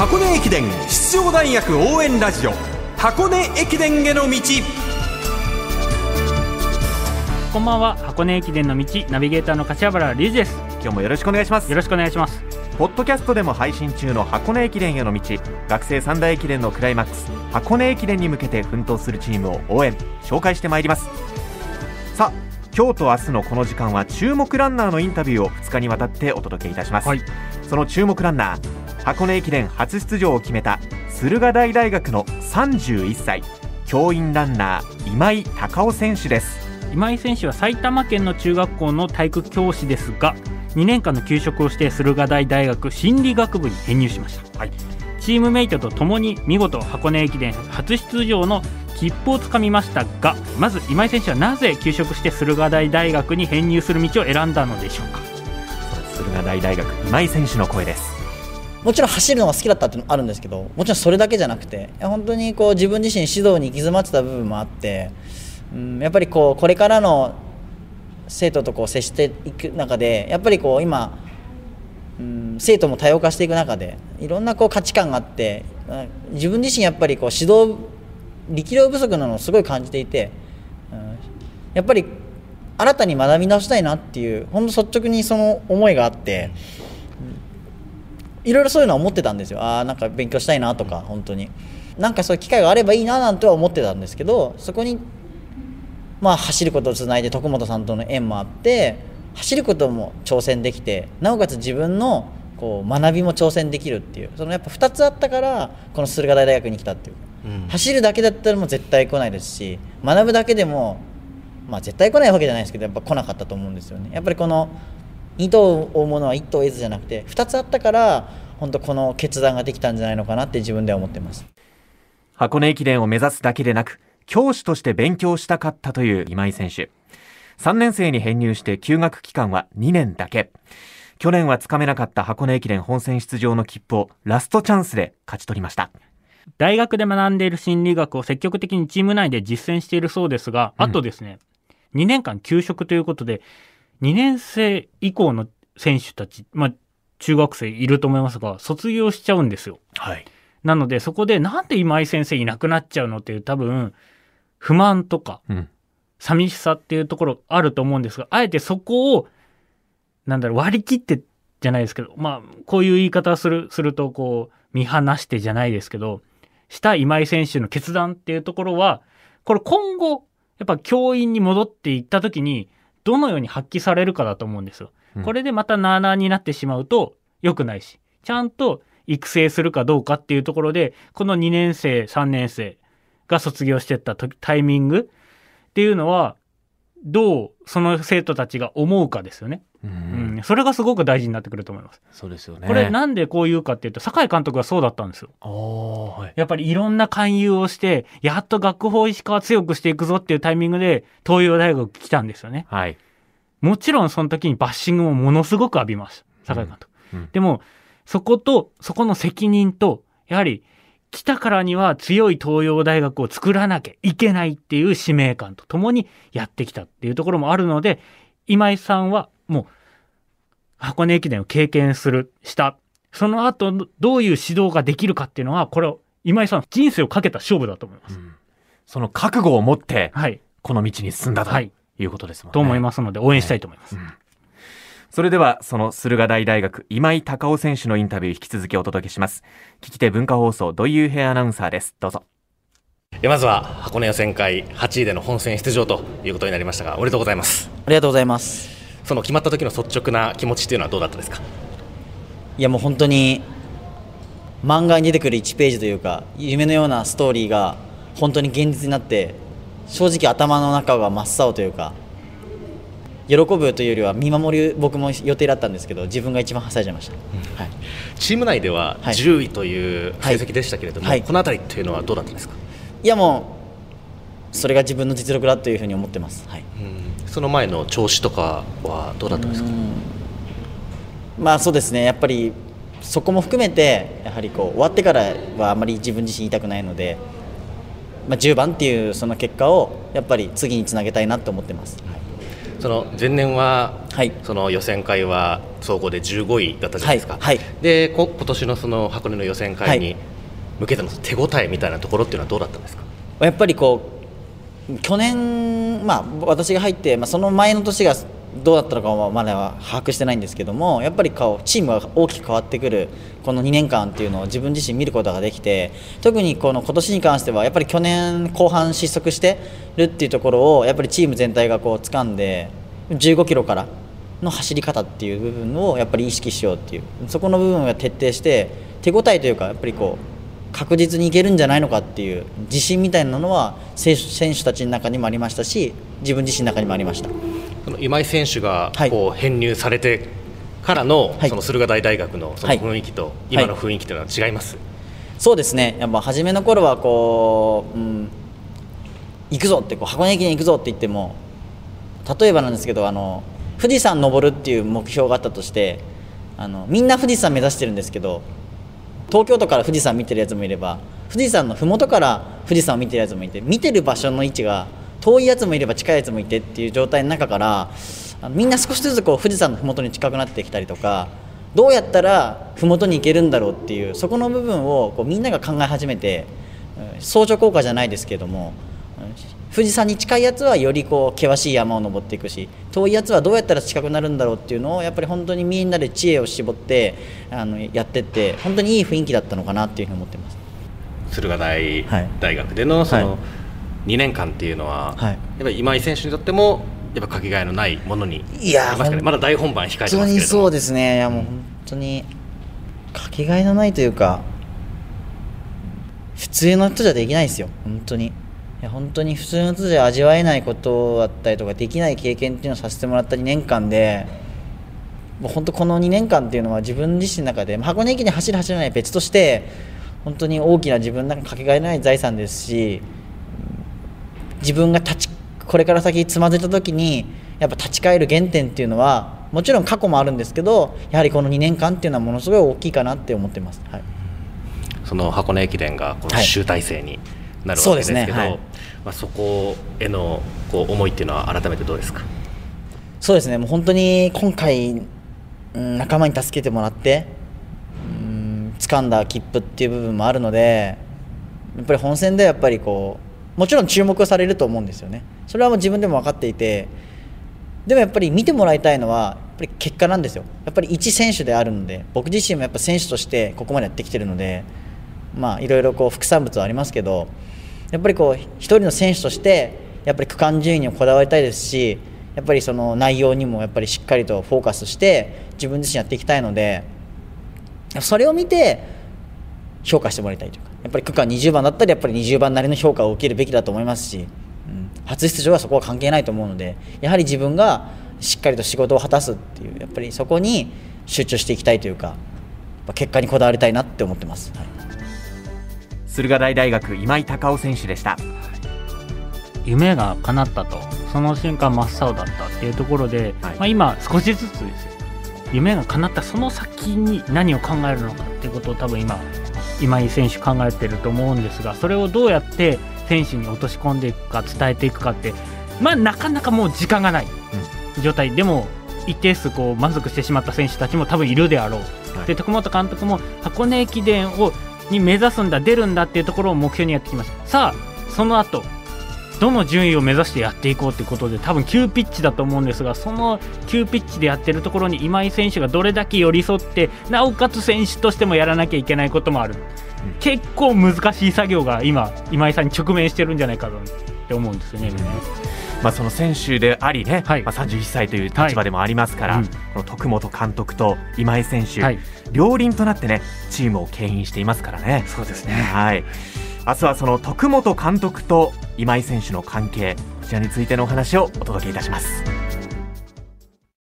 箱根駅伝出場大学応援ラジオ、箱根駅伝への道。 こんばんは。箱根駅伝の道ナビゲーターの柏原隆二です。 今日もよろしくお願いします。 よろしくお願いします。 ポッドキャストでも配信中の箱根駅伝への道、学生三大駅伝のクライマックス箱根駅伝に向けて奮闘するチームを応援紹介してまいります。さあ、今日と明日のこの時間は注目ランナーのインタビューを2日にわたってお届けいたします、その注目ランナー、箱根駅伝初出場を決めた駿河台大学の31歳教員ランナー今井隆夫選手です。 今井選手は埼玉県の中学校の体育教師ですが、2年間の休職をして駿河台大学心理学部に編入しました、チームメイトとともに見事箱根駅伝初出場の切符をつかみましたが、まず今井選手はなぜ休職して駿河台大学に編入する道を選んだのでしょうか。 駿河台大学今井選手の声です。 もちろん走るのが好きだったっていうのもあるんですけど、もちろんそれだけじゃなくて、本当にこう自分自身指導に行き詰まってた部分もあって、やっぱりこれからの生徒と接していく中で、やっぱり今、生徒も多様化していく中でいろんな価値観があって、自分自身やっぱり指導力量不足なのをすごい感じていて、やっぱり新たに学び直したいなっていう、本当率直にその思いがあって、いろいろそういうのは思ってたんですよ。なんか勉強したいなとか、本当になんかそういう機会があればいいななんては思ってたんですけど、そこに走ることをつないで徳本さんとの縁もあって、走ることも挑戦できて、なおかつ自分の学びも挑戦できるっていう、そのやっぱ2つあったからこの駿河台大学に来たっていう、走るだけだったらもう絶対来ないですし、学ぶだけでも絶対来ないわけじゃないですけど、やっぱ来なかったと思うんですよね。やっぱりこの2頭を追うものは1頭を得ずじゃなくて、2つあったから本当この決断ができたんじゃないのかなって自分では思ってます。 箱根駅伝を目指すだけでなく、教師として勉強したかったという今井選手。3年生に編入して休学期間は2年だけ。去年はつかめなかった箱根駅伝本戦出場の切符をラストチャンスで勝ち取りました。 大学で学んでいる心理学を積極的にチーム内で実践しているそうですが、あとですね、2年間休職ということで、2年生以降の選手たち、中学生いると思いますが、卒業しちゃうんですよ。なのでそこでなんで今井先生いなくなっちゃうのっていう、多分不満とか、寂しさっていうところあると思うんですが、あえてそこを割り切ってじゃないですけど、こういう言い方をすると見放してじゃないですけど、した今井選手の決断っていうところは、これ今後やっぱ教員に戻っていった時にどのように発揮されるかだと思うんですよ。これでまたなあなあになってしまうと良くないし、ちゃんと育成するかどうかっていうところで、この2年生3年生が卒業していったタイミングっていうのはどうその生徒たちが思うかですよね。それがすごく大事になってくると思います。 そうですよね。 これなんでこう言うかっていうと、酒井監督がそうだったんですよ。やっぱりいろんな勧誘をして、やっと学法石川強くしていくぞっていうタイミングで東洋大学来たんですよね。もちろんその時にバッシングもものすごく浴びました、酒井監督。でもそこの責任と、やはり来たからには強い東洋大学を作らなきゃいけないっていう使命感とともにやってきたっていうところもあるので、今井さんはもう箱根駅伝を経験したその後どういう指導ができるかっていうのは、これを今井さん人生をかけた勝負だと思います。 その覚悟を持ってこの道に進んだということですもんね。 と思いますので応援したいと思います。 それではその駿河台大学今井隆夫選手のインタビュー引き続きお届けします。聞き手文化放送土井雄平アナウンサーです。どうぞ。 まずは箱根予選会8位での本戦出場ということになりましたが、おめでとうございます。 ありがとうございます。 その決まった時の率直な気持ちっていうのはどうだったですか？ いやもう本当に漫画に出てくる1ページというか、夢のようなストーリーが本当に現実になって、正直頭の中が真っ青というか、喜ぶというよりは見守る僕も予定だったんですけど、自分が一番はしゃいじゃいました。 チーム内では10位という成績でしたけれども、このあたりというのはどうだったんですか？ いやもうそれが自分の実力だというふうに思ってます。 その前の調子とかはどうだったんですか？ そうですね、やっぱりそこも含めて、やはり終わってからはあまり自分自身言いたくないので、10番っていうその結果をやっぱり次につなげたいなと思ってます。 その前年は、 はい、 その予選会は総合で15位だったじゃないですか、 はいはい、 で今年のその箱根の予選会に向けての手応えみたいなところっていうのはどうだったんですか？ やっぱりこう去年、私が入って、その前の年がどうだったのかはまだ把握してないんですけども、やっぱりチームが大きく変わってくるこの2年間っていうのを自分自身見ることができて、特に今年に関してはやっぱり去年後半失速してるっていうところをやっぱりチーム全体が掴んで、15キロからの走り方っていう部分をやっぱり意識しようっていう、そこの部分が徹底して手応えというか、やっぱり確実にいけるんじゃないのかっていう自信みたいなのは選手たちの中にもありましたし、自分自身の中にもありました。 その今井選手が編入されてからの、その駿河台大学のその雰囲気と今の雰囲気というのは違います？ そうですね、やっぱ初めの頃は行くぞって箱根駅伝行くぞって言っても、例えばなんですけど富士山登るっていう目標があったとして、みんな富士山目指してるんですけど、東京都から富士山見てるやつもいれば、富士山の麓から富士山を見てるやつもいて、見てる場所の位置が遠いやつもいれば近いやつもいてっていう状態の中から、みんな少しずつ富士山の麓に近くなってきたりとか、どうやったら麓に行けるんだろうっていう、そこの部分をみんなが考え始めて、相乗効果じゃないですけれども、富士山に近いやつはより険しい山を登っていくし、遠いやつはどうやったら近くなるんだろうっていうのをやっぱり本当にみんなで知恵を絞ってやってって、本当にいい雰囲気だったのかなっていうふうに思ってます。 駿河台大学でのその2年間っていうのは、やっぱり今井選手にとってもやっぱかけがえのないものになりますかね。まだ大本番控えてますけれども。 本当にそうですね。いやもう本当にかけがえのないというか、普通の人じゃできないですよ。本当に。いや本当に普通の人じゃ味わえないことだったりとか、できない経験っていうのをさせてもらった2年間で、もう本当この2年間っていうのは自分自身の中で箱根駅伝走る走らない別として、本当に大きな自分の中かけがえのない財産ですし、自分がこれから先つまずいた時にやっぱ立ち返る原点っていうのは、もちろん過去もあるんですけど、やはりこの2年間っていうのはものすごい大きいかなって思ってます。はい、その箱根駅伝がこの集大成になるわけですけど、そこへの思いっていうのは改めてどうですか？ そうですね、もう本当に今回仲間に助けてもらって掴んだ切符っていう部分もあるので、やっぱり本戦でやっぱりもちろん注目されると思うんですよね。それはもう自分でも分かっていて、でもやっぱり見てもらいたいのはやっぱり結果なんですよ。やっぱり一選手であるので、僕自身もやっぱ選手としてここまでやってきてるので、いろいろ副産物はありますけど、やっぱり一人の選手としてやっぱり区間順位にもこだわりたいですし、やっぱりその内容にもやっぱりしっかりとフォーカスして自分自身やっていきたいので、それを見て評価してもらいたいというか、やっぱり区間20番だったらやっぱり20番なりの評価を受けるべきだと思いますし、初出場はそこは関係ないと思うので、やはり自分がしっかりと仕事を果たすっていう、やっぱりそこに集中していきたいというか、結果にこだわりたいなって思ってます。 駿河台大学今井隆夫選手でした。 夢が叶ったと、その瞬間真っ青だったっていうところで、今少しずつですよ、夢が叶ったその先に何を考えるのかっていうことを多分今井選手考えてると思うんですが、それをどうやって選手に落とし込んでいくか伝えていくかって、なかなかもう時間がない状態でも一定数満足してしまった選手たちも多分いるであろう、で徳本監督も箱根駅伝に目指すんだ、出るんだっていうところを目標にやってきました。さあその後どの順位を目指してやっていこうということで、多分急ピッチだと思うんですが、その急ピッチでやってるところに今井選手がどれだけ寄り添って、なおかつ選手としてもやらなきゃいけないこともある、結構難しい作業が今井さんに直面してるんじゃないかと思うんですよね。 その選手でありね、31歳という立場でもありますから、この徳本監督と今井選手、両輪となってねチームを牽引していますからね。 そうですね。 明日はその徳本監督と今井選手の関係、こちらについてのお話をお届けいたします。